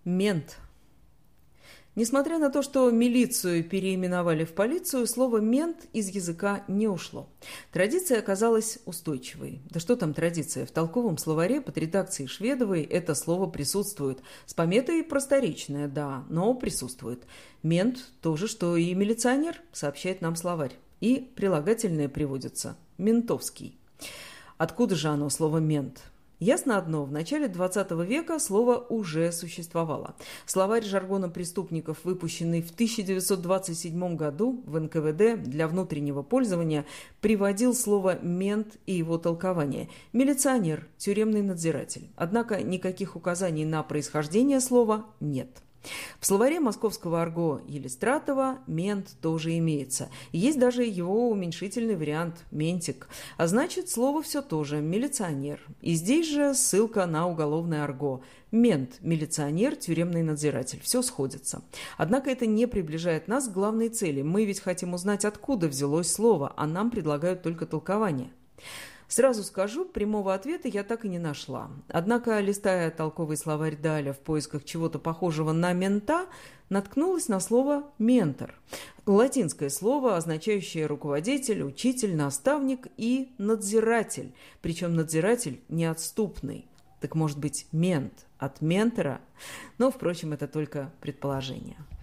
Мент. Несмотря на то, что милицию переименовали в полицию, слово «мент» из языка не ушло. Традиция оказалась устойчивой. Да что там традиция? В толковом словаре под редакцией Шведовой это слово присутствует. С пометой просторечное, да, но присутствует. Мент – то же, что и милиционер, сообщает нам словарь. И прилагательное приводится – ментовский. Откуда же оно, слово «мент»? Ясно одно, в начале XX века слово уже существовало. Словарь жаргона преступников, выпущенный в 1927 году в НКВД для внутреннего пользования, приводил слово «мент» и его толкование. Милиционер, тюремный надзиратель. Однако никаких указаний на происхождение слова нет. В словаре московского арго Елистратова «мент» тоже имеется. Есть даже его уменьшительный вариант «ментик». А значит, слово все тоже «милиционер». И здесь же ссылка на уголовное арго. Мент, милиционер, тюремный надзиратель. Все сходится. Однако это не приближает нас к главной цели. Мы ведь хотим узнать, откуда взялось слово, а нам предлагают только толкование. Сразу скажу, прямого ответа я так и не нашла. Однако, листая толковый словарь Даля в поисках чего-то похожего на мента, наткнулась на слово «ментор». Латинское слово, означающее руководитель, учитель, наставник и надзиратель. Причем надзиратель неотступный. Так может быть, мент от ментора? Но, впрочем, это только предположение.